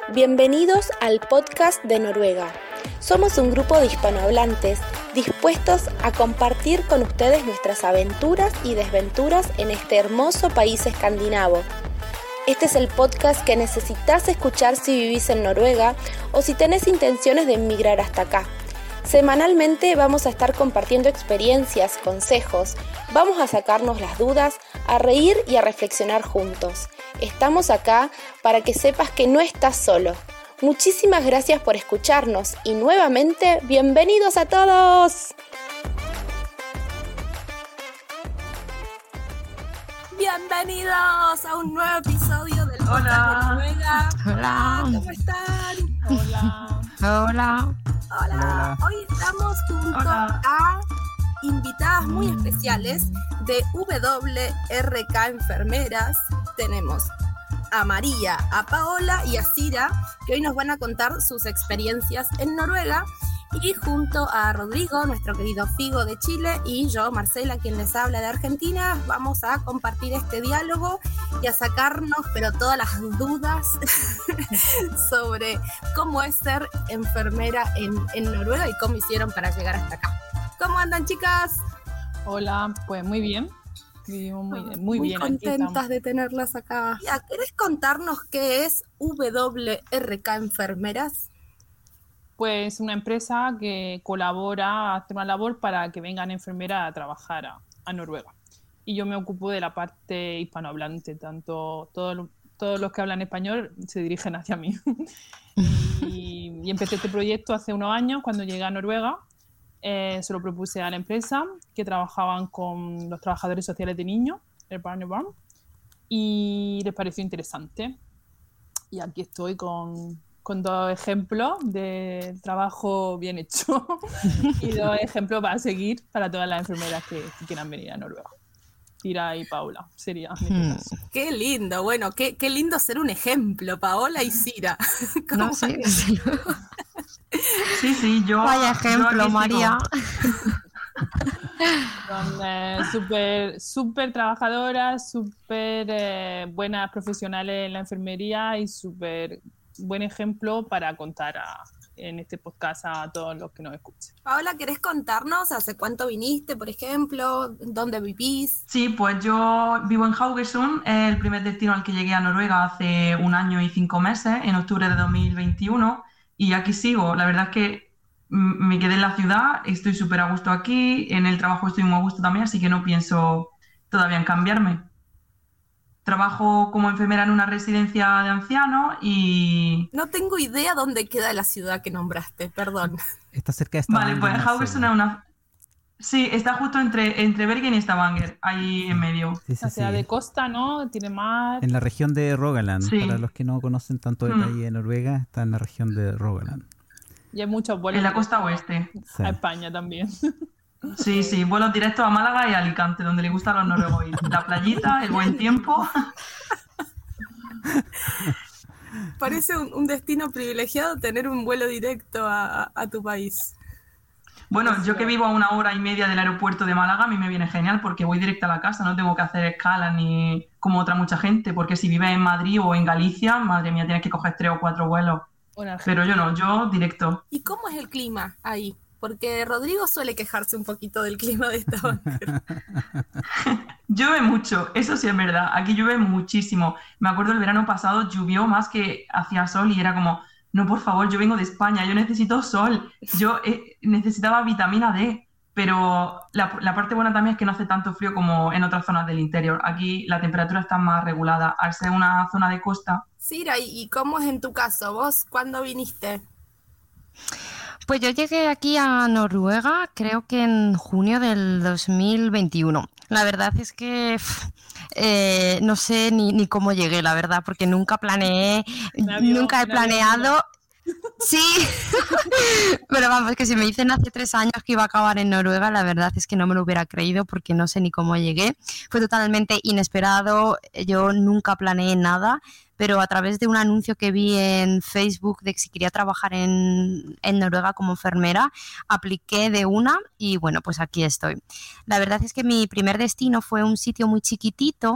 Bienvenidos al podcast de Noruega. Somos un grupo de hispanohablantes dispuestos a compartir con ustedes nuestras aventuras y desventuras en este hermoso país escandinavo. Este es el podcast que necesitas escuchar si vivís en Noruega o si tenés intenciones de emigrar hasta acá. Semanalmente vamos a estar compartiendo experiencias, consejos, vamos a sacarnos las dudas, a reír y a reflexionar juntos. Estamos acá para que sepas que no estás solo. Muchísimas gracias por escucharnos y nuevamente, ¡bienvenidos a todos! Bienvenidos a un nuevo episodio del podcast de Noruega. Hola. ¿Cómo están? Hola. Hola. Hoy estamos junto a invitadas muy especiales de WRK Enfermeras. Tenemos a María, a Paola y a Cira, que hoy nos van a contar sus experiencias en Noruega. Y junto a Rodrigo, nuestro querido Figo de Chile, y yo, Marcela, quien les habla de Argentina, vamos a compartir este diálogo y a sacarnos, pero todas las dudas sobre cómo es ser enfermera en Noruega y cómo hicieron para llegar hasta acá. ¿Cómo andan, chicas? Hola, pues muy bien. Vivimos muy bien. Muy contentas de tenerlas acá. ¿Querés contarnos qué es WRK Enfermeras? Pues una empresa que colabora, hace una labor para que vengan enfermeras a trabajar a Noruega. Y yo me ocupo de la parte hispanohablante, tanto todos los que hablan español se dirigen hacia mí. y empecé este proyecto hace unos años, cuando llegué a Noruega. Se lo propuse a la empresa, que trabajaban con los trabajadores sociales de niños, el Barnebarn, y les pareció interesante. Y aquí estoy con 2 ejemplos de trabajo bien hecho y 2 ejemplos para seguir para todas las enfermeras que quieran venir a Noruega. Cira y Paula sería mi caso. Qué lindo, bueno, qué lindo ser un ejemplo, Paola y Cira. No sé. Sí, yo. Vaya ejemplo, yo María. Son súper trabajadoras, súper buenas profesionales en la enfermería y súper buen ejemplo para contar en este podcast a todos los que nos escuchen. Paola, ¿querés contarnos hace cuánto viniste, por ejemplo? ¿Dónde vivís? Sí, pues yo vivo en Haugesund, el primer destino al que llegué a Noruega hace 1 año y 5 meses, en octubre de 2021, y aquí sigo. La verdad es que me quedé en la ciudad, estoy súper a gusto aquí, en el trabajo estoy muy a gusto también, así que no pienso todavía en cambiarme. Trabajo como enfermera en una residencia de ancianos y... No tengo idea dónde queda la ciudad que nombraste, perdón. Está cerca de Stavanger. Vale, pues Haugesund es una... Sí, está justo entre Bergen y Stavanger, ahí en medio. Sí, O sea, de costa, ¿no? Tiene mar. En la región de Rogaland. Sí. Para los que no conocen tanto detalle de Noruega, está en la región de Rogaland. Y hay muchos vuelos En la costa oeste. Sí. a España también. Sí, vuelos directos a Málaga y a Alicante, donde le gustan a los noruegos ir. La playita, el buen tiempo. Parece un destino privilegiado tener un vuelo directo a tu país. Bueno, yo que vivo a 1 hora y media del aeropuerto de Málaga, a mí me viene genial porque voy directa a la casa, no tengo que hacer escala ni como otra mucha gente, porque si vives en Madrid o en Galicia, madre mía, tienes que coger 3 o 4 vuelos. Pero yo no, yo directo. ¿Y cómo es el clima ahí? Porque Rodrigo suele quejarse un poquito del clima de Stavanger. Llueve mucho, eso sí es verdad, aquí llueve muchísimo. Me acuerdo el verano pasado llovió más que hacía sol y era como, no, por favor, yo vengo de España, yo necesito sol, yo necesitaba vitamina D, pero la parte buena también es que no hace tanto frío como en otras zonas del interior. Aquí la temperatura está más regulada, al ser una zona de costa. Cira, ¿y cómo es en tu caso? ¿Vos cuándo viniste? Pues yo llegué aquí a Noruega, creo que en junio del 2021. La verdad es que no sé ni cómo llegué, la verdad, porque nunca he planeado. Sí, pero vamos, que si me dicen hace 3 años que iba a acabar en Noruega, la verdad es que no me lo hubiera creído porque no sé ni cómo llegué. Fue totalmente inesperado, yo nunca planeé nada, pero a través de un anuncio que vi en Facebook de que si quería trabajar en Noruega como enfermera, apliqué de una y bueno, pues aquí estoy. La verdad es que mi primer destino fue un sitio muy chiquitito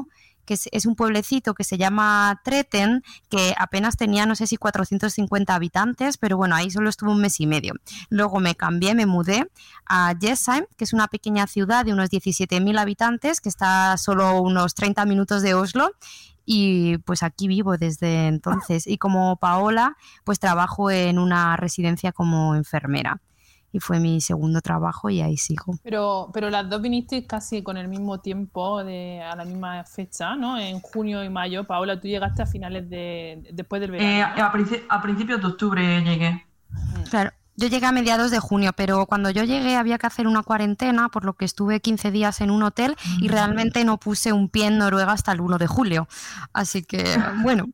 que es un pueblecito que se llama Treten, que apenas tenía, no sé si 450 habitantes, pero bueno, ahí solo estuve un mes y medio. Luego me mudé a Jessheim, que es una pequeña ciudad de unos 17.000 habitantes, que está solo unos 30 minutos de Oslo, y pues aquí vivo desde entonces. Y como Paola, pues trabajo en una residencia como enfermera. Y fue mi segundo trabajo y ahí sigo. Pero las dos vinisteis casi con el mismo tiempo, a la misma fecha, ¿no? En junio y mayo. Paola, tú llegaste a finales después del verano, ¿no? A principios de octubre llegué. Claro, yo llegué a mediados de junio, pero cuando yo llegué había que hacer una cuarentena, por lo que estuve 15 días en un hotel y realmente no puse un pie en Noruega hasta el 1 de julio. Así que, bueno...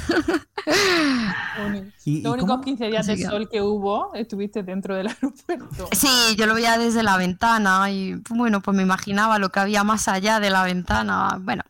Los únicos 15 días de sol que hubo, estuviste dentro del aeropuerto. Sí, yo lo veía desde la ventana y bueno, pues me imaginaba lo que había más allá de la ventana. Bueno.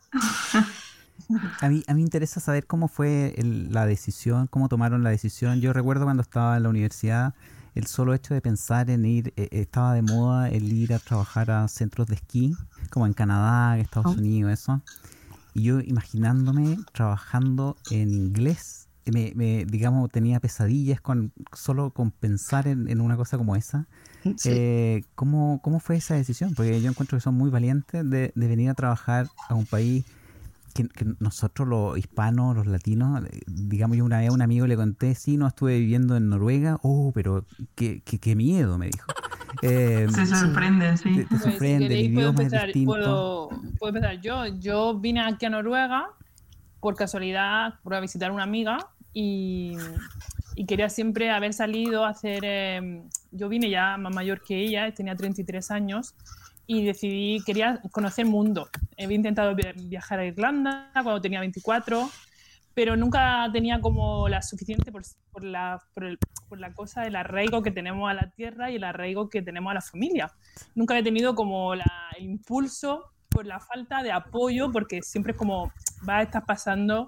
A mí me interesa saber cómo fue la decisión, cómo tomaron la decisión. Yo recuerdo cuando estaba en la universidad, el solo hecho de pensar en ir, estaba de moda el ir a trabajar a centros de esquí, como en Canadá, Estados Unidos, eso. Y yo imaginándome trabajando en inglés, digamos, tenía pesadillas solo con pensar en una cosa como esa. Sí. ¿Cómo fue esa decisión? Porque yo encuentro que son muy valientes de venir a trabajar a un país que nosotros los hispanos, los latinos, digamos, yo una vez a un amigo le conté, sí, no estuve viviendo en Noruega, pero qué miedo, me dijo. Se sorprenden, sí. Te sorprende, el idioma es distinto. Puedo empezar yo vine aquí a Noruega por casualidad, por a visitar a una amiga y quería siempre haber salido a hacer... yo vine ya más mayor que ella, tenía 33 años y quería conocer el mundo. Había intentado viajar a Irlanda cuando tenía 24, pero nunca tenía como la suficiente por la cosa del arraigo que tenemos a la tierra y el arraigo que tenemos a la familia. Nunca había tenido como el impulso por la falta de apoyo, porque siempre es como vas a estar pasando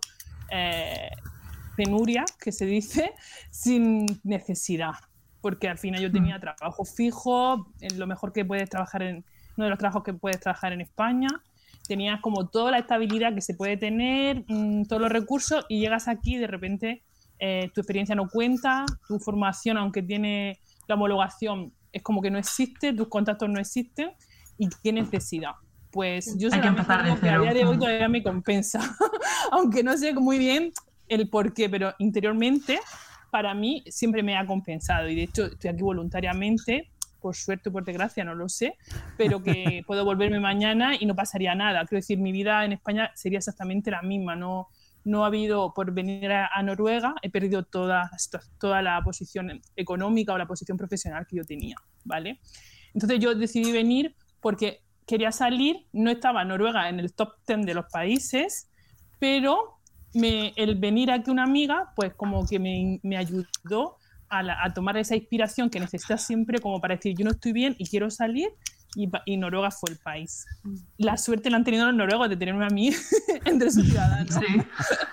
penuria, que se dice, sin necesidad. Porque al final yo tenía trabajo fijo, lo mejor que puedes trabajar uno de los trabajos que puedes trabajar en España. Tenías como toda la estabilidad que se puede tener, todos los recursos, y llegas aquí y de repente tu experiencia no cuenta, tu formación, aunque tiene la homologación, es como que no existe, tus contactos no existen, y qué necesidad. Pues yo hay que empezar de cero. A día de hoy todavía me compensa, aunque no sé muy bien el por qué, pero interiormente para mí siempre me ha compensado, y de hecho estoy aquí voluntariamente, por suerte o por desgracia, no lo sé, pero que puedo volverme mañana y no pasaría nada. Quiero decir, mi vida en España sería exactamente la misma. No ha habido, por venir a Noruega, he perdido toda la posición económica o la posición profesional que yo tenía, ¿vale? Entonces yo decidí venir porque quería salir, no estaba Noruega en el top 10 de los países, pero el venir aquí una amiga, pues como que me ayudó a tomar esa inspiración que necesitas siempre como para decir, yo no estoy bien y quiero salir, y Noruega fue el país. La suerte la han tenido los noruegos de tenerme a mí entre sus ciudadanos. Sí.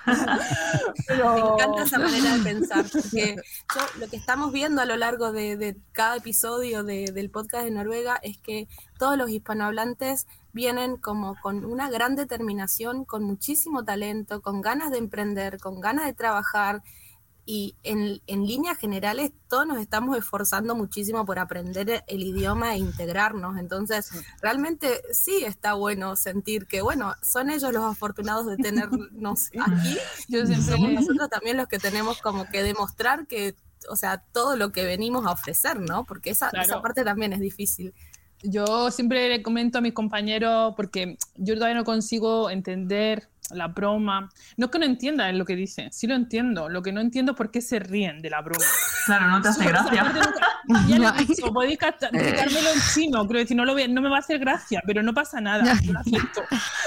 Pero... Me encanta esa manera de pensar, porque lo que estamos viendo a lo largo de cada episodio del podcast de Noruega es que todos los hispanohablantes vienen como con una gran determinación, con muchísimo talento, con ganas de emprender, con ganas de trabajar. Y en líneas generales todos nos estamos esforzando muchísimo por aprender el idioma e integrarnos. Entonces, realmente sí está bueno sentir que, bueno, son ellos los afortunados de tenernos aquí. Somos nosotros también los que tenemos como que demostrar que, o sea, todo lo que venimos a ofrecer, ¿no? Porque esa parte también es difícil. Yo siempre le comento a mis compañeros, porque yo todavía no consigo entender la broma. No es que no entiendan lo que dicen, sí lo entiendo. Lo que no entiendo es por qué se ríen de la broma. Claro, no te hace gracia. Ya lo he dicho, podéis explicármelo en chino. Quiero decir, no me va a hacer gracia, pero no pasa nada. Yo lo acepto.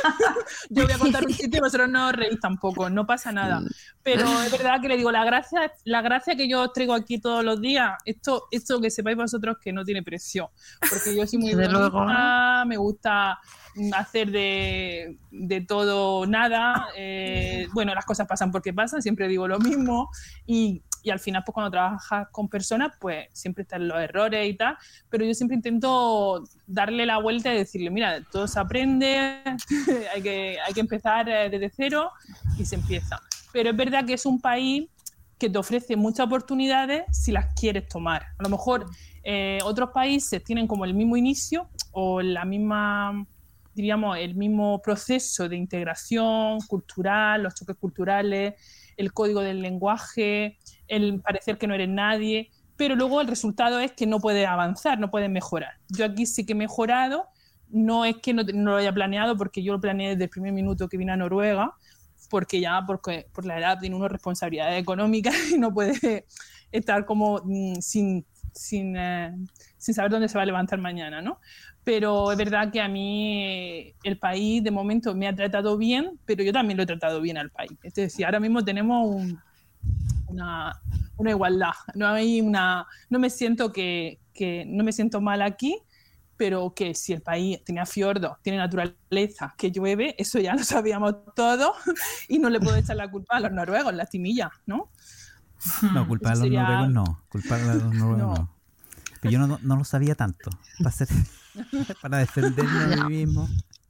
Yo voy a contar un chiste y vosotros no os reís tampoco, no pasa nada. Pero es verdad que le digo, la gracia que yo os traigo aquí todos los días, esto que sepáis vosotros que no tiene precio. Porque yo soy muy bonita, me gusta hacer de todo nada. Bueno, las cosas pasan porque pasan, siempre digo lo mismo, y y al final pues cuando trabajas con personas pues siempre están los errores y tal, pero yo siempre intento darle la vuelta y decirle, mira, todo se aprende, hay que empezar desde cero y se empieza. Pero es verdad que es un país que te ofrece muchas oportunidades si las quieres tomar. A lo mejor otros países tienen como el mismo inicio o la misma, diríamos, el mismo proceso de integración cultural, los choques culturales, el código del lenguaje, el parecer que no eres nadie, pero luego el resultado es que no puedes avanzar, no puedes mejorar. Yo aquí sí que he mejorado, no es que no lo haya planeado, porque yo lo planeé desde el primer minuto que vine a Noruega, porque por la edad tiene una responsabilidad económica y no puede estar como sin saber dónde se va a levantar mañana, ¿no? Pero es verdad que a mí el país de momento me ha tratado bien, pero yo también lo he tratado bien al país. Es decir, ahora mismo tenemos una igualdad. No me siento no me siento mal aquí, pero que si el país tiene fiordos, tiene naturaleza, que llueve, eso ya lo sabíamos todos y no le puedo echar la culpa a los noruegos, las timillas, ¿no? No, culpar a los noruegos no. Culpar a los noruegos no. Pero yo no lo sabía tanto. Para defenderme de mí mismo.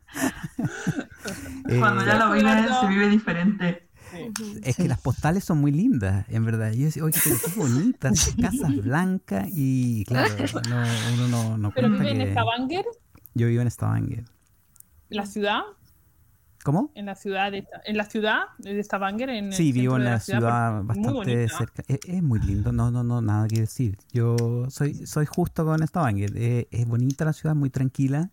Cuando ya lo vives, se vive diferente. Es que las postales son muy lindas, en verdad. Yo decía, oye, pero qué bonitas, casas blancas y claro, uno no ¿Pero cuenta vive en que... Stavanger? Yo vivo en Stavanger. ¿La ciudad? ¿Cómo? En la ciudad de Stavanger. Sí, vivo en la ciudad bastante cerca. Es muy lindo, no, nada que decir. Yo soy justo con Stavanger. Es bonita la ciudad, muy tranquila.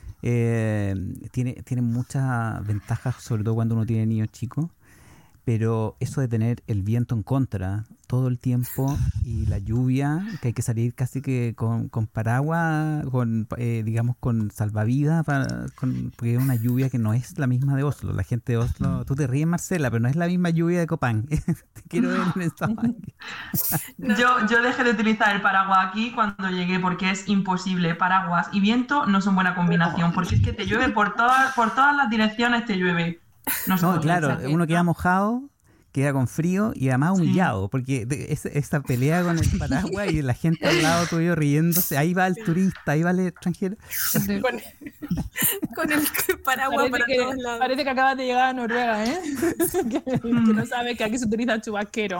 Tiene muchas ventajas, sobre todo cuando uno tiene niños chicos. Pero eso de tener el viento en contra todo el tiempo y la lluvia, que hay que salir casi que con paraguas, digamos con salvavidas, porque es una lluvia que no es la misma de Oslo. La gente de Oslo, tú te ríes, Marcela, pero no es la misma lluvia de Copán. Te quiero ver en esta Yo dejé de utilizar el paraguas aquí cuando llegué porque es imposible. Paraguas y viento no son buena combinación, porque es que te llueve por todas las direcciones, te llueve. No, claro, uno queda mojado, queda con frío y además humillado, porque esa pelea con el paraguas y la gente al lado tuyo riéndose, ahí va el turista, ahí va el extranjero. Con el paraguas para todos lados. Parece que acabas de llegar a Noruega, ¿eh? que no sabes que aquí se utiliza el chubasquero.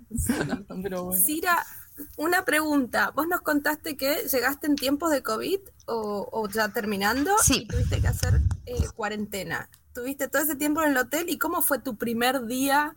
Pero bueno. Sira, una pregunta. Vos nos contaste que llegaste en tiempos de COVID o ya terminando, sí, y tuviste que hacer cuarentena. Tuviste todo ese tiempo en el hotel, ¿y cómo fue tu primer día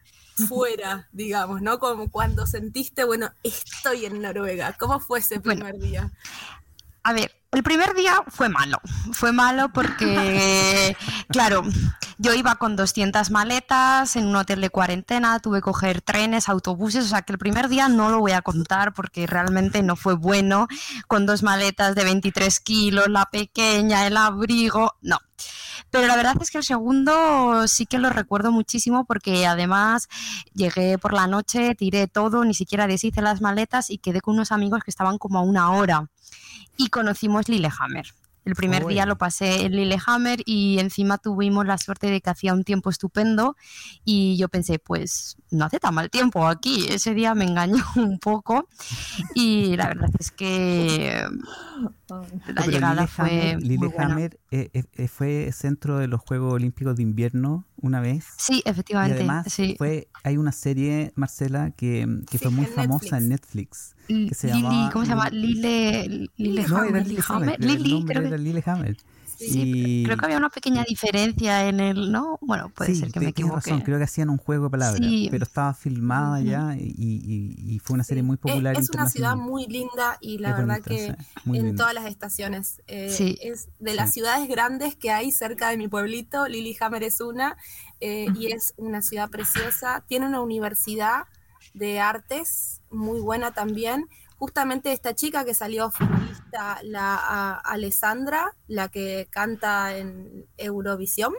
fuera, digamos, ¿no? Como cuando sentiste, bueno, estoy en Noruega. ¿Cómo fue ese primer día? A ver, el primer día fue malo porque, claro, yo iba con 200 maletas en un hotel de cuarentena, tuve que coger trenes, autobuses, o sea que el primer día no lo voy a contar porque realmente no fue bueno, con 2 maletas de 23 kilos, la pequeña, el abrigo, no. Pero la verdad es que el segundo sí que lo recuerdo muchísimo porque además llegué por la noche, tiré todo, ni siquiera deshice las maletas y quedé con unos amigos que estaban como a 1 hora y conocimos Lillehammer. El primer día lo pasé en Lillehammer y encima tuvimos la suerte de que hacía un tiempo estupendo y yo pensé, pues no hace tan mal tiempo aquí. Ese día me engañó un poco y la verdad es que la llegada fue muy buena. Lillehammer fue centro de los Juegos Olímpicos de Invierno una vez. Sí, efectivamente. Y además sí. hay una serie, Marcela, que fue muy famosa en Netflix. Que se llamaba, ¿cómo se llama? Lillehammer. No, era Lillehammer. El nombre era Lillehammer. Sí, creo que había una pequeña diferencia en el, ¿no? Bueno, puede ser que me equivoque. Razón, creo que hacían un juego de palabras, pero estaba filmada ya y fue una serie muy popular. Es una ciudad muy linda y la verdad bonita, que en todas las estaciones. Es de las ciudades grandes que hay cerca de mi pueblito, Lillehammer es una, y es una ciudad preciosa. Tiene una universidad de artes muy buena también. Justamente esta chica que salió finalista, Alessandra, la que canta en Eurovisión,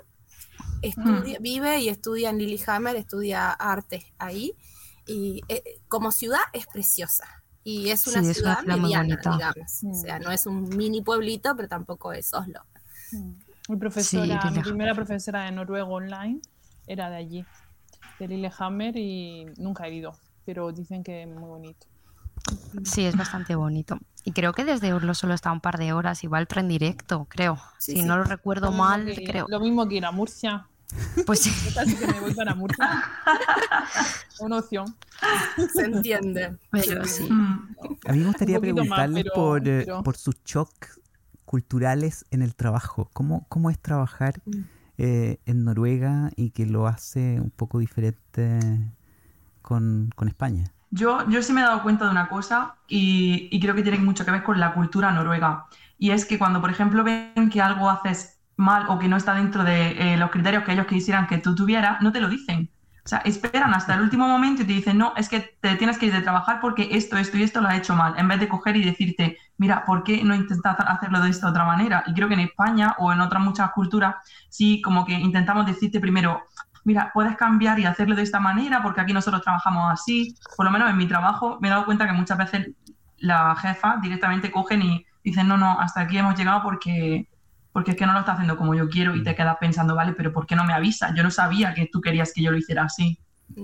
vive y estudia en Lillehammer, estudia arte ahí, y como ciudad es preciosa, y es una ciudad mediana, digamos, o sea, no es un mini pueblito, pero tampoco es Oslo. Mi primera profesora de noruego online era de allí, de Lillehammer, y nunca he ido. pero dicen que es muy bonito. Sí, es bastante bonito. Y creo que desde Oslo solo está un par de horas, igual tren directo, creo. Si no lo recuerdo mal, creo. Lo mismo que ir a Murcia. Pues sí. Así que me voy para Murcia. Una opción. Se entiende. Pero sí. A mí me gustaría preguntarles por sus shocks culturales en el trabajo. ¿Cómo es trabajar en Noruega y que lo hace un poco diferente con España? Yo sí me he dado cuenta de una cosa y creo que tiene mucho que ver con la cultura noruega. Y es que cuando, por ejemplo, ven que algo haces mal o que no está dentro de los criterios que ellos quisieran que tú tuvieras, no te lo dicen. O sea, esperan hasta el último momento y te dicen, no, es que te tienes que ir de trabajar porque esto y esto lo has hecho mal, en vez de coger y decirte, mira, ¿por qué no intentas hacerlo de esta otra manera? Y creo que en España o en otras muchas culturas sí como que intentamos decirte primero, mira, puedes cambiar y hacerlo de esta manera porque aquí nosotros trabajamos así. Por lo menos en mi trabajo me he dado cuenta que muchas veces las jefas directamente cogen y dicen, no, hasta aquí hemos llegado porque es que no lo está haciendo como yo quiero y te quedas pensando, vale, pero ¿por qué no me avisas? Yo no sabía que tú querías que yo lo hiciera así.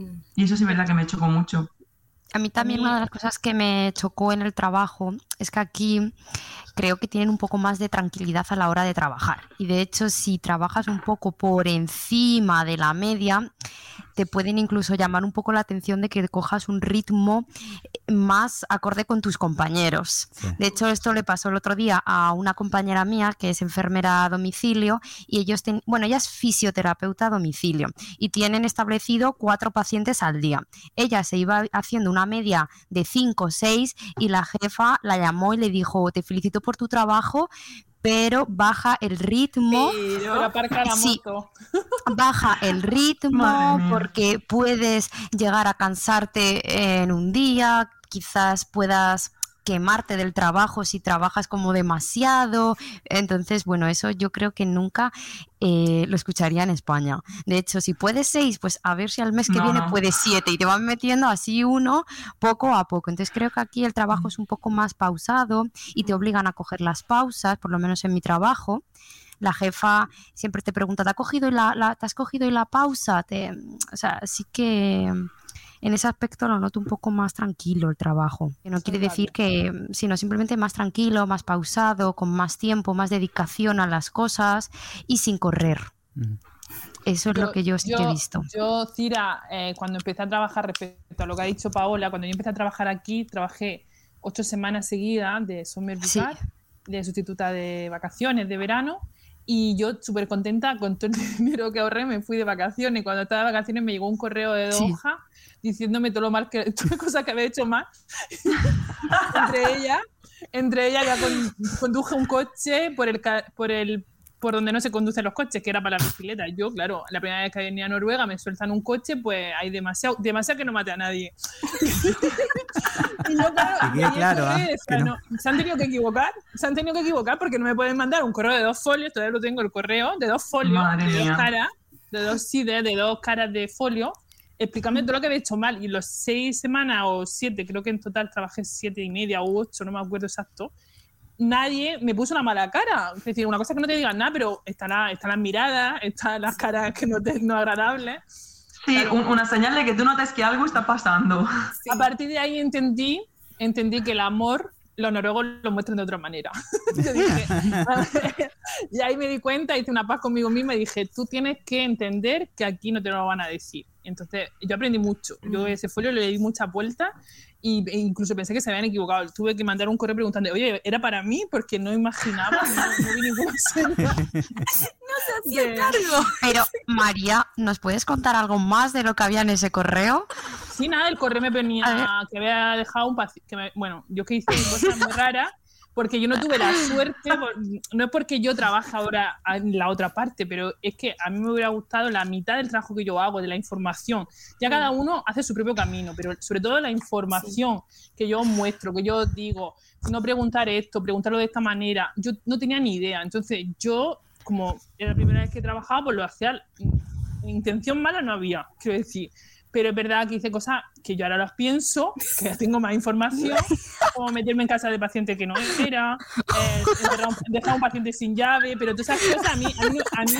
Y eso sí es verdad que me chocó mucho. A mí también una de las cosas que me chocó en el trabajo es que aquí creo que tienen un poco más de tranquilidad a la hora de trabajar. Y de hecho, si trabajas un poco por encima de la media, te pueden incluso llamar un poco la atención de que cojas un ritmo más acorde con tus compañeros. Sí. De hecho, esto le pasó el otro día a una compañera mía que es enfermera a domicilio y ella es fisioterapeuta a domicilio y tienen establecido 4 pacientes al día. Ella se iba haciendo una media de 5 o 6 y la jefa la llamó y le dijo, te felicito por tu trabajo, pero baja el ritmo. Pero aparca la moto. Baja el ritmo porque puedes llegar a cansarte en un día, quizás puedas quemarte del trabajo si trabajas como demasiado. Entonces, bueno, eso yo creo que nunca lo escucharía en España. De hecho, si puedes 6, pues a ver si al mes que viene puedes 7 y te van metiendo así uno poco a poco. Entonces creo que aquí el trabajo es un poco más pausado y te obligan a coger las pausas, por lo menos en mi trabajo. La jefa siempre te pregunta, ¿te has cogido la pausa? O sea, sí que en ese aspecto lo noto un poco más tranquilo el trabajo. Que no quiere decir que, sino simplemente más tranquilo, más pausado, con más tiempo, más dedicación a las cosas y sin correr. Eso es lo que yo sí que he visto. Yo, Cira, cuando empecé a trabajar, respecto a lo que ha dicho Paola, cuando yo empecé a trabajar aquí, trabajé 8 semanas seguidas de Summer Vicar, de sustituta de vacaciones de verano. Y yo súper contenta con todo el dinero que ahorré, me fui de vacaciones. Y cuando estaba de vacaciones me llegó un correo de 2 hojas diciéndome todo lo mal que, todas las cosas que había hecho mal. entre ellas ya conduje un coche por donde no se conducen los coches, que era para la bicicleta. Yo, claro, la primera vez que venía a Noruega me sueltan un coche, pues hay demasiado que no mate a nadie. Y yo, claro, se han tenido que equivocar porque no me pueden mandar un correo de 2 folios, todavía lo tengo el correo, de 2 folios, de 2 caras de folio, explicando todo lo que había hecho mal. Y los 6 semanas o 7, creo que en total trabajé 7 y media u 8, no me acuerdo exacto, nadie me puso una mala cara. Es decir, una cosa es que no te digan nada, pero están las miradas, están las caras que no agradables. Sí, claro. Una señal de que tú notes que algo está pasando. Sí. A partir de ahí entendí que el amor los noruegos lo muestran de otra manera. Y ahí me di cuenta, hice una paz conmigo misma y dije, tú tienes que entender que aquí no te lo van a decir. Entonces yo aprendí mucho. Yo ese folio le di muchas vueltas e incluso pensé que se habían equivocado. Tuve que mandar un correo preguntando, oye, ¿era para mí? Porque no imaginaba, no vi ninguna señal. No se hacía cargo. Pero, María, ¿nos puedes contar algo más de lo que había en ese correo? Sí, nada, el correo me ponía que había dejado un paciente. Bueno, yo que hice cosas muy raras, porque yo no tuve la suerte, no es porque yo trabaje ahora en la otra parte, pero es que a mí me hubiera gustado la mitad del trabajo que yo hago, de la información. Ya cada uno hace su propio camino, pero sobre todo la información que yo muestro, que yo digo, no preguntar esto, preguntarlo de esta manera, yo no tenía ni idea. Entonces yo, como era la primera vez que trabajaba, pues lo hacía, intención mala no había, quiero decir. Pero es verdad que hice cosas que yo ahora las pienso, que ya tengo más información, como meterme en casa de paciente que no era, dejar a un paciente sin llave, pero todas esas cosas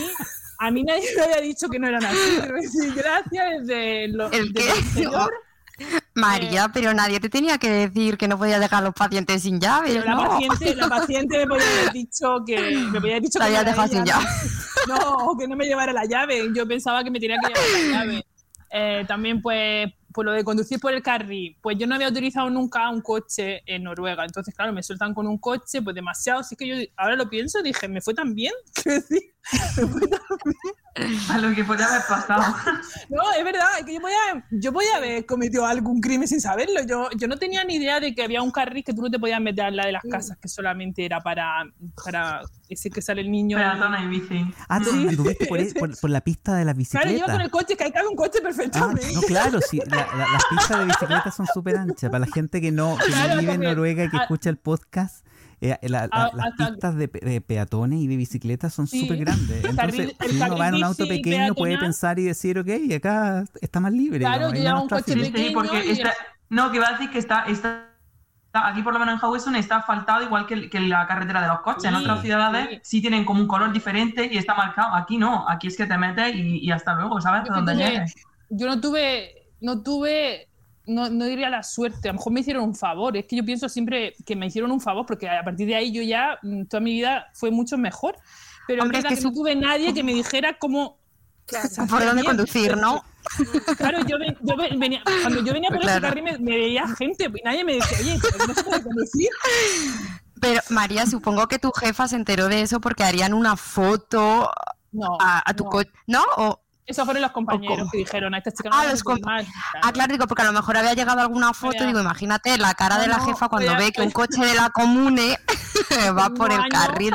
a mí nadie me había dicho que no eran así. Gracias desde el exterior. María, pero nadie te tenía que decir que no podías dejar a los pacientes sin llaves, Pero ¿no? la paciente me podía haber dicho que Te habías dejado sin llave. No, que no me llevara la llave. Yo pensaba que me tenía que llevar la llave. También, pues lo de conducir por el carril. Pues yo no había utilizado nunca un coche en Noruega. Entonces, claro, me sueltan con un coche, pues demasiado. Así que yo ahora lo pienso, dije, ¿me fue tan bien? ¿Qué decir? ¿Me fue tan bien? A lo que podía haber pasado. No, es verdad, es que yo podía haber cometido algún crimen sin saberlo. Yo no tenía ni idea de que había un carril que tú no te podías meter al lado de las casas, que solamente era para ese que sale el niño. Peatona y bici. Ah, tú viste por la pista de las bicicletas. Claro, yo con el coche, que ahí cabe un coche perfectamente. No, claro, sí, las pistas de bicicletas son súper anchas. Para la gente que no vive en Noruega y que escucha el podcast, las pistas de peatones y de bicicletas son súper grandes. Entonces, si uno va en un auto pequeño, puede pensar y decir, ok, acá está más libre. Claro, yo llevo un coche pequeño. Sí, porque no, que va a decir que está aquí, por lo menos en Haugesund, está asfaltado igual que la carretera de los coches. En otras ciudades sí tienen como un color diferente y está marcado. Aquí no, aquí es que te metes y hasta luego, ¿sabes? Hasta donde llegues. Yo no tuve, no diría la suerte, a lo mejor me hicieron un favor. Es que yo pienso siempre que me hicieron un favor, porque a partir de ahí yo ya, toda mi vida fue mucho mejor. Pero hombre, es que no tuve nadie que me dijera cómo... por dónde conducir, ¿no? Claro, venía, cuando yo venía por ese carril me veía gente y nadie me decía, oye, ¿pero no se puede conducir? Pero María, supongo que tu jefa se enteró de eso porque harían una foto a tu coche, ¿no? Esos fueron los compañeros que dijeron a esta chica. Claro, digo, porque a lo mejor había llegado alguna foto, digo, imagínate la cara de la jefa cuando ve que un coche de la comune va por el carril.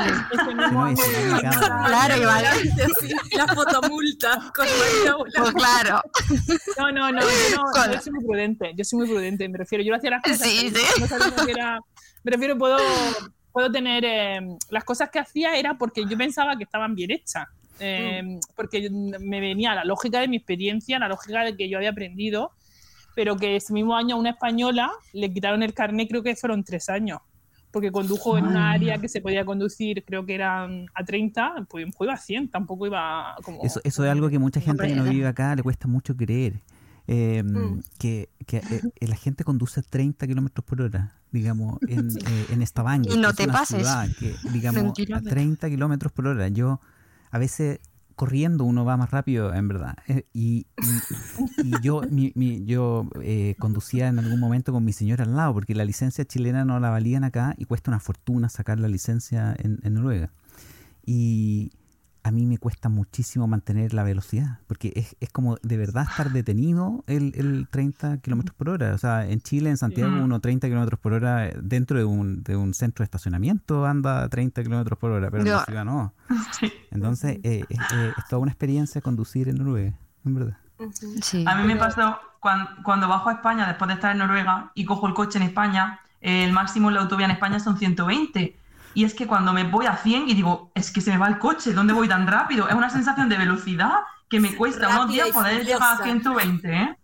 Claro, la fotomulta con María. Pues claro. No, yo soy muy prudente, me refiero, yo hacía las cosas no sabía que era, me refiero, puedo tener, las cosas que hacía era porque yo pensaba que estaban bien hechas. Porque me venía la lógica de mi experiencia, la lógica de que yo había aprendido, pero que ese mismo año a una española le quitaron el carnet, creo que fueron 3 años, porque condujo en una área que se podía conducir, creo que eran a 30, pues iba a 100, tampoco iba como... Eso es algo que mucha gente que no vive acá le cuesta mucho creer, que la gente conduce a 30 kilómetros por hora, digamos, en Stavanger. Y no te pases. Ciudad que, digamos, a 30 kilómetros por hora. Yo... A veces corriendo uno va más rápido, en verdad. Y yo conducía en algún momento con mi señora al lado, porque la licencia chilena no la valían acá y cuesta una fortuna sacar la licencia en Noruega. Y a mí me cuesta muchísimo mantener la velocidad, porque es como de verdad estar detenido el 30 kilómetros por hora. O sea, en Chile, en Santiago, uno 30 kilómetros por hora dentro de un centro de estacionamiento anda a 30 kilómetros por hora, pero en la ciudad no. Entonces, es toda una experiencia conducir en Noruega, en verdad. Sí. A mí me pasó cuando bajo a España, después de estar en Noruega, y cojo el coche en España, el máximo en la autovía en España son 120. Y es que cuando me voy a 100 y digo, es que se me va el coche, ¿dónde voy tan rápido? Es una sensación de velocidad que me cuesta unos días poder llegar a 120, ¿eh?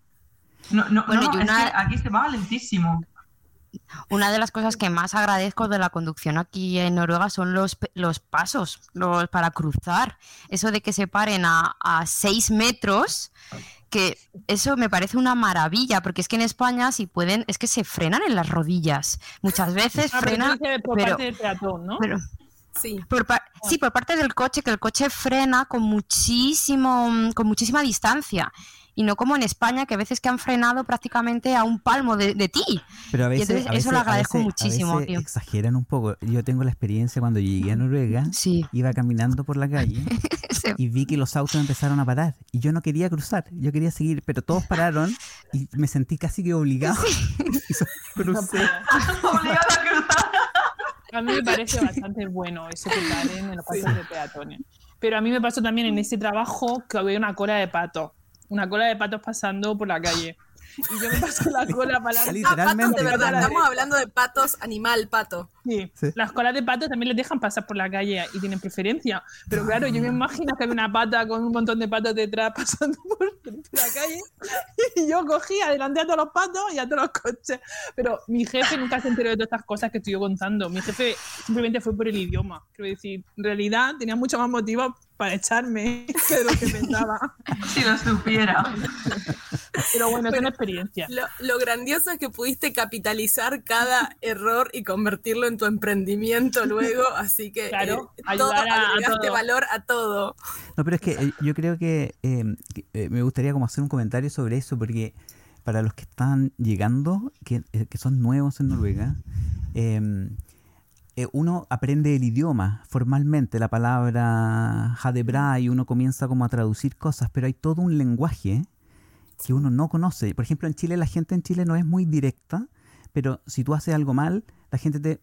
Es que aquí se va lentísimo. Una de las cosas que más agradezco de la conducción aquí en Noruega son los pasos para cruzar. Eso de que se paren a 6 metros, que eso me parece una maravilla, porque es que en España, si pueden, es que se frenan en las rodillas. Muchas veces frenan... Por parte del peatón, ¿no? Sí, por parte del coche, que el coche frena con muchísima distancia. Y no como en España, que a veces que han frenado prácticamente a un palmo de ti. Pero a veces, eso lo agradezco muchísimo. A veces exageran un poco. Yo tengo la experiencia cuando llegué a Noruega, iba caminando por la calle y vi que los autos empezaron a parar. Y yo no quería cruzar, yo quería seguir, pero todos pararon y me sentí casi que obligado. Y crucé. Obligado a cruzar. A mí me parece bastante bueno eso que paren en los pasos de peatones. Pero a mí me pasó también en ese trabajo que había una cola de patos. Una cola de patos pasando por la calle. Y yo me paso la cola para literalmente. Patos de verdad, estamos hablando de patos, animal, pato. Sí. Sí. Las colas de pato también les dejan pasar por la calle y tienen preferencia. Pero claro, yo me imagino que había una pata con un montón de patos detrás pasando por la calle y yo cogí, adelanté a todos los patos y a todos los coches. Pero mi jefe nunca se enteró de todas estas cosas que estoy yo contando. Mi jefe simplemente fue por el idioma. Quiero decir, en realidad tenía mucho más motivo para echarme que de lo que pensaba. Si lo supiera. Pero bueno, es una experiencia. Lo grandioso es que pudiste capitalizar cada error y convertirlo en tu emprendimiento luego, así que Claro, ayudar a agregaste todo. valor a todo. No, pero es que yo creo que me gustaría como hacer un comentario sobre eso, porque para los que están llegando, que son nuevos en Noruega, uno aprende el idioma formalmente, la palabra Hadebra, y uno comienza como a traducir cosas, pero hay todo un lenguaje que uno no conoce. Por ejemplo, en Chile, la gente en Chile no es muy directa, pero si tú haces algo mal, la gente te...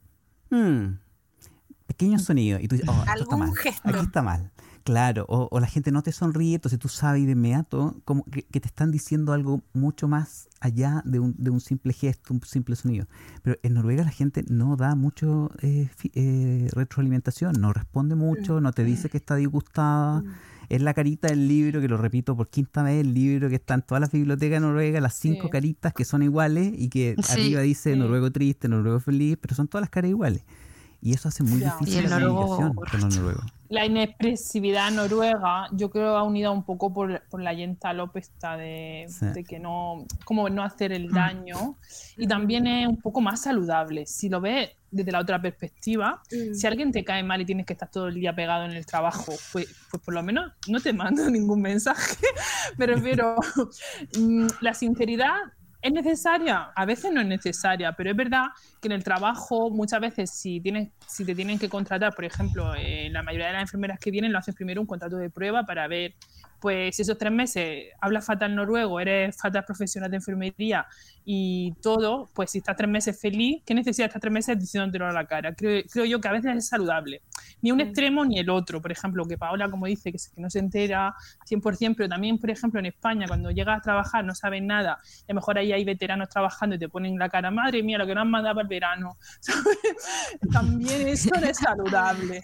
pequeños sonidos, y tú dices, oh, esto está Algún mal, gesto. aquí está mal. Claro, o la gente no te sonríe, entonces tú sabes de inmediato como que te están diciendo algo mucho más allá de un simple gesto, un simple sonido. Pero en Noruega la gente no da mucho retroalimentación, no responde mucho, no te dice que está disgustada. Es la carita del libro, que lo repito por quinta vez, el libro que está en todas las bibliotecas de Noruega, las 5 Sí. caritas que son iguales y que Sí. arriba dice Sí. noruego triste, noruego feliz, pero son todas las caras iguales. Y eso hace muy Ya. difícil Y el la noruego- comunicación con los noruegos. La inexpresividad noruega, yo creo, ha unido un poco por la yenta lopesta de que no, como no hacer el daño, y también es un poco más saludable. Si lo ves desde la otra perspectiva, si alguien te cae mal y tienes que estar todo el día pegado en el trabajo, pues por lo menos no te mando ningún mensaje. Me refiero, la sinceridad ¿es necesaria? A veces no es necesaria, pero es verdad que en el trabajo muchas veces si te tienen que contratar, por ejemplo, la mayoría de las enfermeras que vienen lo hacen primero un contrato de prueba para ver, pues si esos 3 meses hablas fatal noruego, eres fatal profesional de enfermería y todo, pues si estás 3 meses feliz, ¿qué necesidad estar 3 meses diciéndotelo a la cara? Creo yo que a veces es saludable. Ni un extremo ni el otro. Por ejemplo, que Paola, como dice, que no se entera 100%, pero también, por ejemplo, en España, cuando llegas a trabajar no sabes nada, y a lo mejor ahí hay veteranos trabajando y te ponen la cara, madre mía, lo que nos han mandado para el verano. ¿Sabes? También eso no es saludable.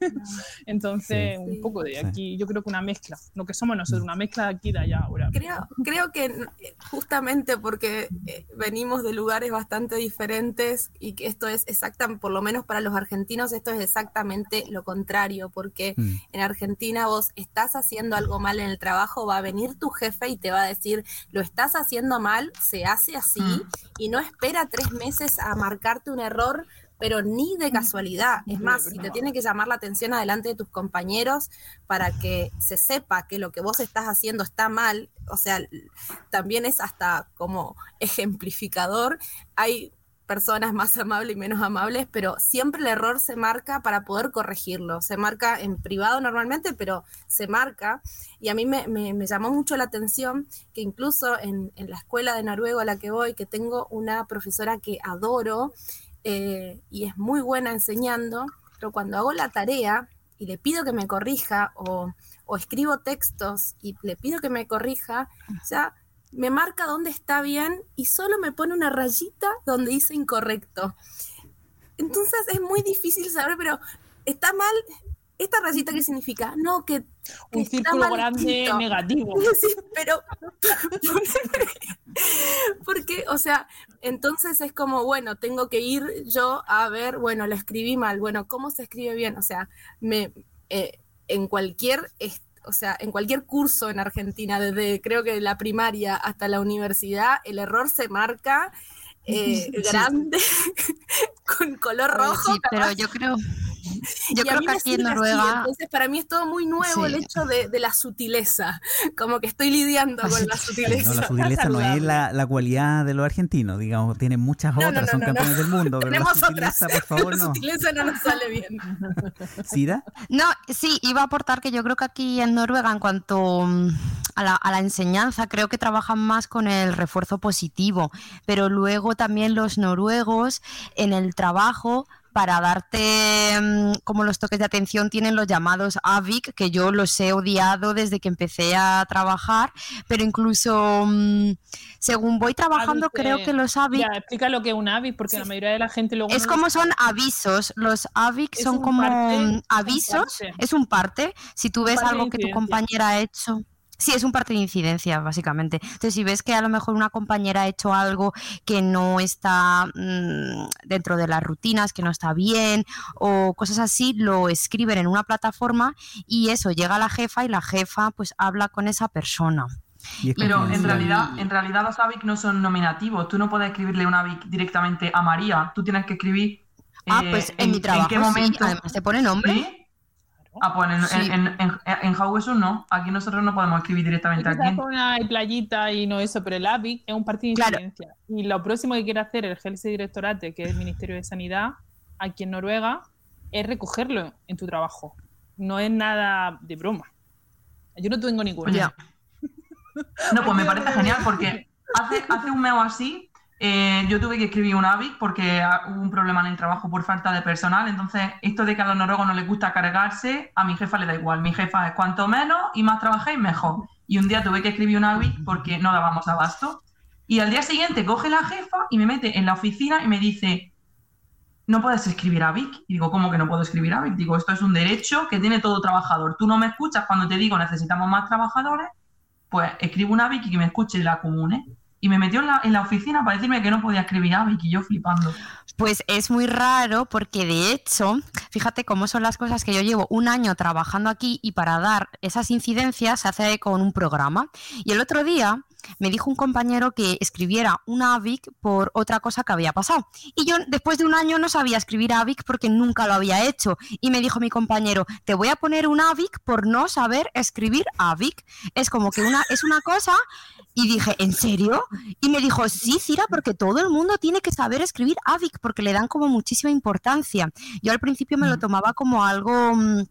Entonces, Sí. un poco de Sí. aquí, yo creo que una mezcla. Lo que somos nosotros, una mezcla de aquí y de allá ahora. Creo que justamente porque venimos de lugares bastante diferentes y que esto es exactamente, por lo menos para los argentinos, esto es exactamente lo contrario, porque en Argentina vos estás haciendo algo mal en el trabajo, va a venir tu jefe y te va a decir, lo estás haciendo mal, se hace así, y no espera 3 meses a marcarte un error, pero ni de casualidad. Es más, si te tiene que llamar la atención adelante de tus compañeros para que se sepa que lo que vos estás haciendo está mal, o sea, también es hasta como ejemplificador. Hay personas más amables y menos amables, pero siempre el error se marca para poder corregirlo. Se marca en privado normalmente, pero se marca. Y a mí me llamó mucho la atención que incluso en la escuela de noruego a la que voy, que tengo una profesora que adoro, y es muy buena enseñando, pero cuando hago la tarea y le pido que me corrija o escribo textos y le pido que me corrija, ya me marca dónde está bien y solo me pone una rayita donde dice incorrecto. Entonces es muy difícil saber, pero está mal, ¿esta rayita qué significa? No, que un está círculo mal grande escrito. negativo. Sí, pero porque, o sea, entonces es como, bueno, tengo que ir yo a ver, bueno, lo escribí mal, bueno, ¿cómo se escribe bien? O sea, en cualquier curso en Argentina, desde creo que la primaria hasta la universidad, el error se marca grande, con color rojo. Sí, pero yo creo Y a que mí me aquí en sirve así, Noruega... entonces para mí es todo muy nuevo, Sí. el hecho de la sutileza, como que estoy lidiando con la No, sutileza. la sutileza no es la cualidad de los argentinos, digamos, tienen muchas otras, son campeones del mundo, pero la Tenemos otras, sutileza, por favor, la no. sutileza no nos sale bien. ¿Sira? No, sí, iba a aportar que yo creo que aquí en Noruega, en cuanto a la enseñanza, creo que trabajan más con el refuerzo positivo, pero luego también los noruegos en el trabajo para darte como los toques de atención tienen los llamados AVIC, que yo los he odiado desde que empecé a trabajar, pero incluso según voy trabajando creo que los AVIC... Ya, explica lo que es un AVIC, porque la mayoría de la gente luego... Es como son avisos, los AVIC son como avisos, es un parte, si tú ves algo que tu compañera ha hecho... Sí, es un parte de incidencia, básicamente. Entonces, si ves que a lo mejor una compañera ha hecho algo que no está dentro de las rutinas, que no está bien, o cosas así, lo escriben en una plataforma y eso llega a la jefa y la jefa pues habla con esa persona. Pero en realidad los AVIC no son nominativos. Tú no puedes escribirle un AVIC directamente a María. Tú tienes que escribir pues en mi trabajo, ¿en qué momento? Sí, además te pone nombre. ¿Sí? Pues en Haugesund no. Aquí nosotros no podemos escribir directamente aquí. Hay playita y no eso, pero el AVIC es un partido de incidencia. Y lo próximo que quiere hacer el Helse Directorate, que es el Ministerio de Sanidad, aquí en Noruega, es recogerlo en tu trabajo. No es nada de broma. Yo no tengo ninguna. Oye. No, pues me parece genial porque hace un mes o así yo tuve que escribir un AVIC porque hubo un problema en el trabajo por falta de personal. Entonces, esto de que a los noruegos no les gusta cargarse, a mi jefa le da igual. Mi jefa es cuanto menos y más trabajéis, mejor. Y un día tuve que escribir un AVIC porque no dábamos abasto. Y al día siguiente coge la jefa y me mete en la oficina y me dice: no puedes escribir AVIC. Y digo, ¿cómo que no puedo escribir AVIC? Digo, esto es un derecho que tiene todo trabajador. Tú no me escuchas cuando te digo necesitamos más trabajadores, pues escribo un AVIC y que me escuche la comune. Y me metió en la oficina para decirme que no podía escribir AVIC y yo flipando. Pues es muy raro porque de hecho, fíjate cómo son las cosas, que yo llevo un año trabajando aquí y para dar esas incidencias se hace con un programa. Y el otro día me dijo un compañero que escribiera un AVIC por otra cosa que había pasado. Y yo después de un año no sabía escribir AVIC porque nunca lo había hecho. Y me dijo mi compañero, te voy a poner un AVIC por no saber escribir AVIC. Es como que es una cosa... Y dije, ¿en serio? Y me dijo, sí, Cira, porque todo el mundo tiene que saber escribir AVIC porque le dan como muchísima importancia. Yo al principio me lo tomaba como algo...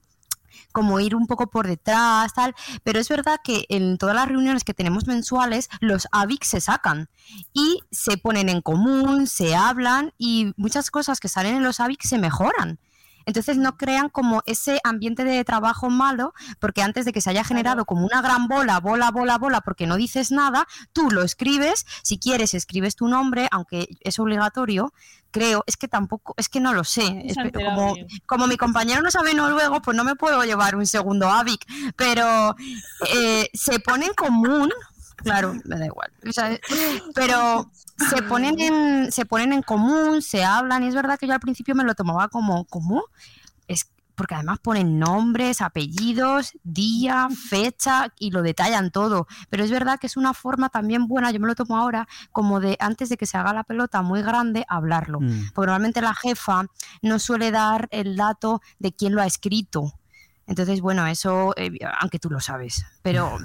como ir un poco por detrás, tal, pero es verdad que en todas las reuniones que tenemos mensuales, los AVIC se sacan y se ponen en común, se hablan y muchas cosas que salen en los AVIC se mejoran. Entonces no crean como ese ambiente de trabajo malo, porque antes de que se haya generado como una gran bola, porque no dices nada, tú lo escribes, si quieres escribes tu nombre, aunque es obligatorio, creo, es que no lo sé, como mi compañero no sabe noruego, pues no me puedo llevar un segundo AVIC, pero se pone en común. Claro, me da igual. O sea, pero se ponen en común, se hablan, y es verdad que yo al principio me lo tomaba como es porque además ponen nombres, apellidos, día, fecha y lo detallan todo. Pero es verdad que es una forma también buena, yo me lo tomo ahora, como de antes de que se haga la pelota muy grande, hablarlo. Porque normalmente la jefa no suele dar el dato de quién lo ha escrito. Entonces, bueno, eso, aunque tú lo sabes, pero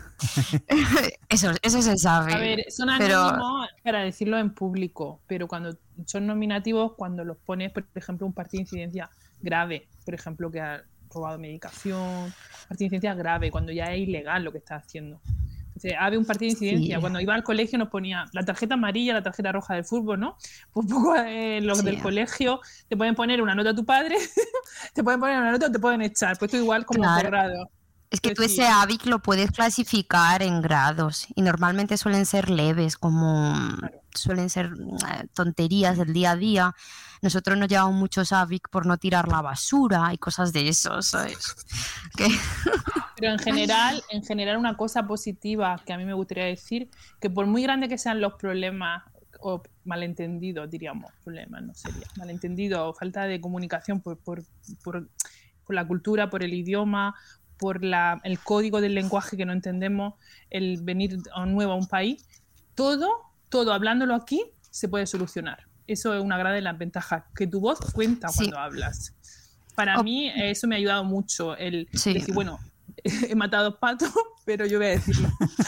eso se sabe. A ver, son anónimos para decirlo en público, pero cuando son nominativos, cuando los pones, por ejemplo, un partido de incidencia grave, por ejemplo, que ha robado medicación, partido de incidencia grave, cuando ya es ilegal lo que está haciendo. Entonces, había un partido de incidencia. Sí. Cuando iba al colegio nos ponía la tarjeta amarilla, la tarjeta roja del fútbol, ¿no? Pues un poco los del colegio te pueden poner una nota a tu padre, te pueden poner una nota o te pueden echar. Pues tú igual como cerrado. Es que tú ese AVIC lo puedes clasificar en grados y normalmente suelen ser leves, como suelen ser tonterías del día a día. Nosotros nos llevamos muchos AVIC por no tirar la basura y cosas de eso, ¿sabes? Pero en general una cosa positiva que a mí me gustaría decir, que por muy grande que sean los problemas o malentendidos, diríamos, problemas no sería, malentendido o falta de comunicación por la cultura, por el idioma, por el código del lenguaje que no entendemos, el venir nuevo a un país, todo hablándolo aquí se puede solucionar. Eso es una gran de las ventajas, que tu voz cuenta cuando hablas. Para mí eso me ha ayudado mucho, decir, bueno, he matado patos, pero yo voy a decirlo.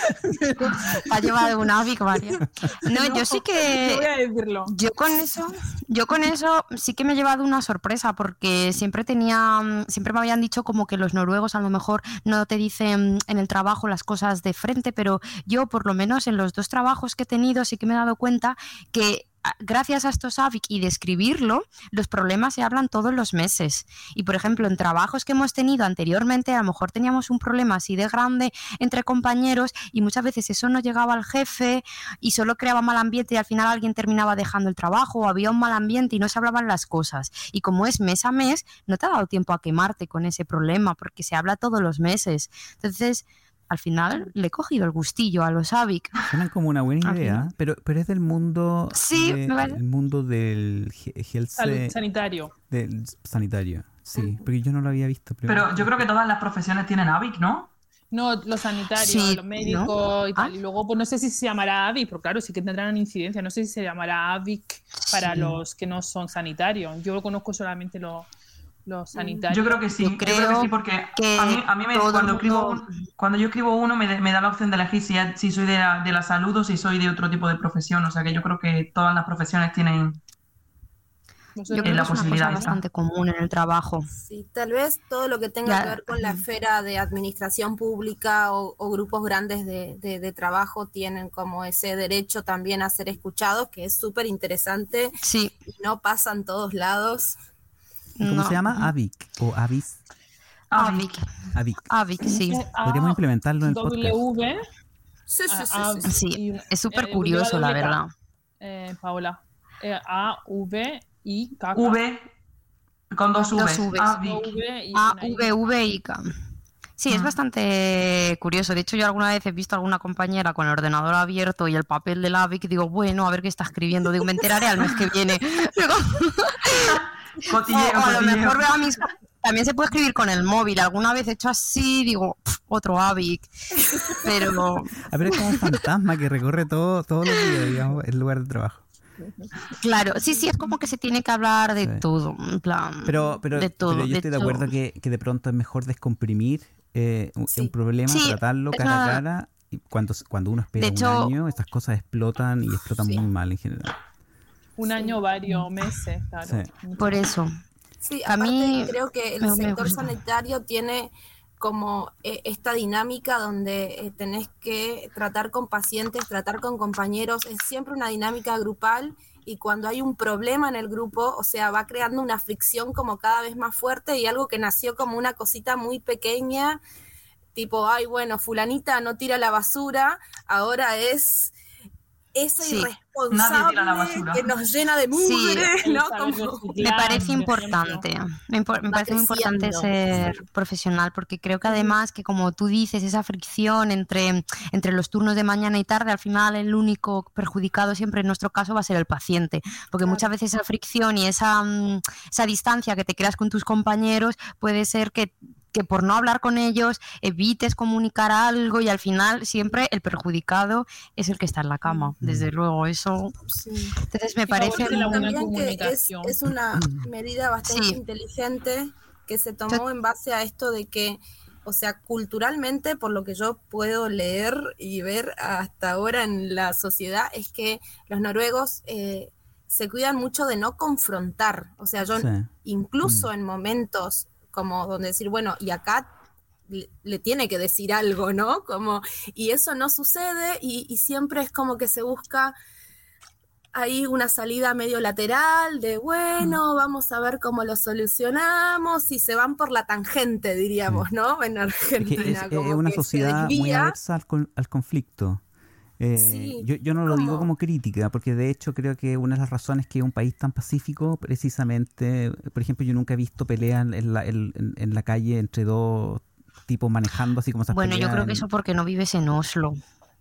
Ha llevado un AVIC, María. No, yo sí que... Yo voy a decirlo. Yo con eso sí que me he llevado una sorpresa, porque siempre me habían dicho como que los noruegos a lo mejor no te dicen en el trabajo las cosas de frente, pero yo por lo menos en los 2 trabajos que he tenido sí que me he dado cuenta que gracias a estos AVIC y de escribirlo, los problemas se hablan todos los meses. Y, por ejemplo, en trabajos que hemos tenido anteriormente, a lo mejor teníamos un problema así de grande entre compañeros y muchas veces eso no llegaba al jefe y solo creaba mal ambiente y al final alguien terminaba dejando el trabajo o había un mal ambiente y no se hablaban las cosas. Y como es mes a mes, no te ha dado tiempo a quemarte con ese problema porque se habla todos los meses. Entonces, al final le he cogido el gustillo a los AVIC. Suenan como una buena idea, pero es del mundo, el mundo del health sanitario. Del sanitario, sí, porque yo no lo había visto. Pero yo creo que todas las profesiones tienen AVIC, ¿no? No, los sanitarios, sí, los médicos, ¿no? Y tal. Y luego, pues no sé si se llamará AVIC, pero claro, sí que tendrán incidencia. No sé si se llamará AVIC para los que no son sanitarios. Yo conozco solamente los sanitarios. Yo creo que sí, porque a mí cuando yo escribo uno me da la opción de elegir si soy de la salud o si soy de otro tipo de profesión. O sea que yo creo que todas las profesiones tienen yo creo la que posibilidad. Es una cosa bastante común en el trabajo. Sí, tal vez todo lo que tenga que ver con la esfera de administración pública o grupos grandes de trabajo tienen como ese derecho también a ser escuchados, que es súper interesante. Sí. Y no pasa en todos lados. ¿Cómo se llama? ¿AVIC o AVIS? AVIC, sí. Podríamos implementarlo en el podcast. Sí. Es súper curioso, la verdad. Paola. A-V-I-K. V con dos Vs. A-V-V-I-K. Sí, es bastante curioso. De hecho, yo alguna vez he visto a alguna compañera con el ordenador abierto y el papel del AVIC y digo, bueno, a ver qué está escribiendo. Digo, me enteraré al mes que viene. Cotilleo. A lo mejor veo a mis... También se puede escribir con el móvil. Alguna vez he hecho así, digo, otro AVIC. Pero... A ver, es como un fantasma que recorre todos los días, digamos, el lugar de trabajo. Claro, sí, es como que se tiene que hablar de todo, en plan, de todo. Pero yo estoy de acuerdo que de pronto es mejor descomprimir un problema, tratarlo cara a cara. Y cuando uno espera un año, estas cosas explotan y explotan muy mal en general. Un año, varios meses, claro. Sí. Por eso. Sí, aparte creo que el sector sanitario tiene como esta dinámica donde tenés que tratar con pacientes, tratar con compañeros, es siempre una dinámica grupal y cuando hay un problema en el grupo, o sea, va creando una fricción como cada vez más fuerte y algo que nació como una cosita muy pequeña, tipo, ay, bueno, fulanita no tira la basura, ahora es esa irresponsable que nos llena de mugre, ¿no? Me parece importante. Me parece muy importante ser profesional, porque creo que además que, como tú dices, esa fricción entre los turnos de mañana y tarde, al final el único perjudicado siempre en nuestro caso va a ser el paciente, porque muchas veces esa fricción y esa distancia que te creas con tus compañeros puede ser que por no hablar con ellos evites comunicar algo y al final siempre el perjudicado es el que está en la cama. Desde luego, eso... Sí. Entonces me parece... También que es una medida bastante inteligente que se tomó en base a esto de que, o sea, culturalmente, por lo que yo puedo leer y ver hasta ahora en la sociedad, es que los noruegos... se cuidan mucho de no confrontar. O sea, yo incluso en momentos como donde decir, bueno, y acá le tiene que decir algo, ¿no? Como, y eso no sucede y siempre es como que se busca ahí una salida medio lateral de, bueno, vamos a ver cómo lo solucionamos y se van por la tangente, diríamos, ¿no? En Argentina. Es una sociedad muy aversa al conflicto. Yo no lo digo como crítica, porque de hecho creo que una de las razones que un país tan pacífico, precisamente, por ejemplo, yo nunca he visto peleas en la calle entre dos tipos manejando así como esas peleas. Bueno, yo creo que eso porque no vives en Oslo.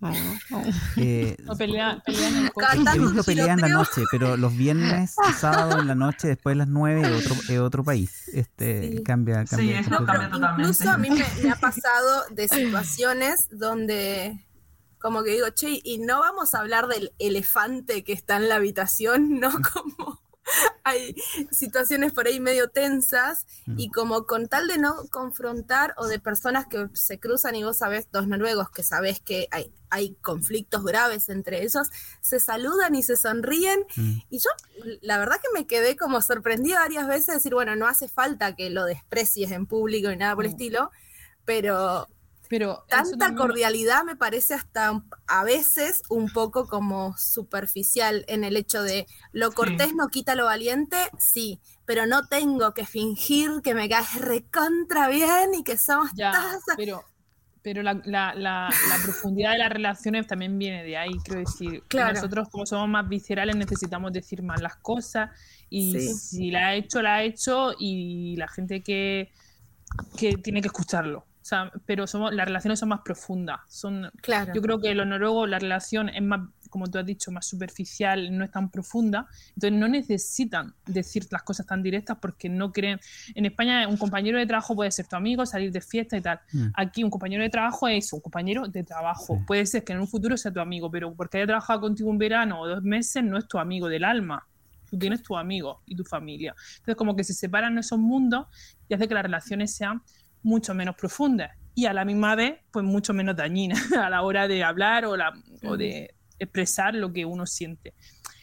No pelean en el coche. He visto peleas en la noche, pero los viernes, sábado en la noche, después de las 9 es otro país. Cambia. Sí, eso cambia totalmente. Incluso a mí me ha pasado de situaciones donde... como que digo, che, y no vamos a hablar del elefante que está en la habitación, ¿no? Como hay situaciones por ahí medio tensas y como con tal de no confrontar o de personas que se cruzan y vos sabés, dos noruegos que sabés que hay conflictos graves entre ellos, se saludan y se sonríen y yo la verdad que me quedé como sorprendida varias veces de decir, bueno, no hace falta que lo desprecies en público y nada por el estilo, pero... Pero tanta cordialidad me parece hasta a veces un poco como superficial en el hecho de lo cortés no quita lo valiente, sí, pero no tengo que fingir que me caes recontra bien y que somos todas... Pero la profundidad de las relaciones también viene de ahí, quiero decir. Claro. Nosotros, como somos más viscerales, necesitamos decir más las cosas, y si la ha hecho, y la gente que tiene que escucharlo. O sea, pero las relaciones son más profundas. Claro. Yo creo que los noruegos, la relación es más, como tú has dicho, más superficial, no es tan profunda. Entonces no necesitan decir las cosas tan directas porque no creen. En España un compañero de trabajo puede ser tu amigo, salir de fiesta y tal. Aquí un compañero de trabajo es un compañero de trabajo. Sí. Puede ser que en un futuro sea tu amigo, pero porque haya trabajado contigo un verano o 2 meses no es tu amigo del alma. Tú tienes tu amigo y tu familia. Entonces como que se separan esos mundos y hace que las relaciones sean mucho menos profundas y a la misma vez pues mucho menos dañinas a la hora de hablar o de expresar lo que uno siente.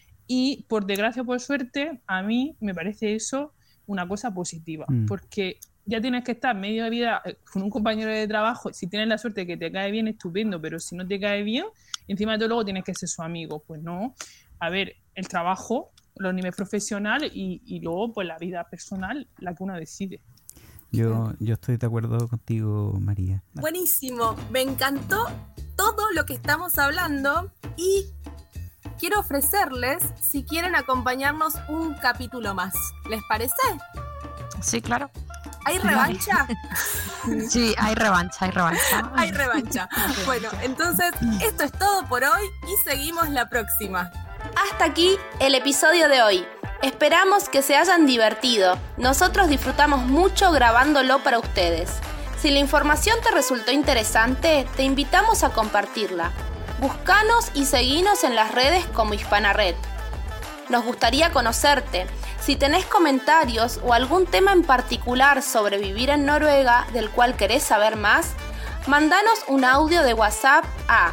Y por desgracia o por suerte, a mí me parece eso una cosa positiva, porque ya tienes que estar medio de vida con un compañero de trabajo. Si tienes la suerte de que te cae bien, estupendo, pero si no te cae bien, encima de todo luego tienes que ser su amigo. Pues no, a ver, el trabajo, los niveles profesionales y luego pues la vida personal, la que uno decide. Yo estoy de acuerdo contigo, María. Buenísimo, me encantó todo lo que estamos hablando y quiero ofrecerles si quieren acompañarnos un capítulo más. ¿Les parece? Sí, claro. ¿Hay revancha? Sí, hay revancha. Hay revancha. Bueno, entonces esto es todo por hoy y seguimos la próxima. Hasta aquí el episodio de hoy. Esperamos que se hayan divertido. Nosotros disfrutamos mucho grabándolo para ustedes. Si la información te resultó interesante, te invitamos a compartirla. Búscanos y seguinos en las redes como HispanaRed. Nos gustaría conocerte. Si tenés comentarios o algún tema en particular sobre vivir en Noruega del cual querés saber más, mandanos un audio de WhatsApp a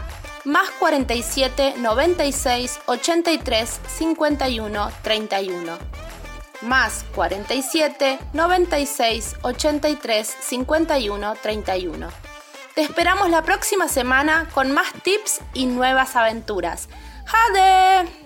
+47 96 83 51 31. +47 96 83 51 31. Te esperamos la próxima semana con más tips y nuevas aventuras. ¡Jade!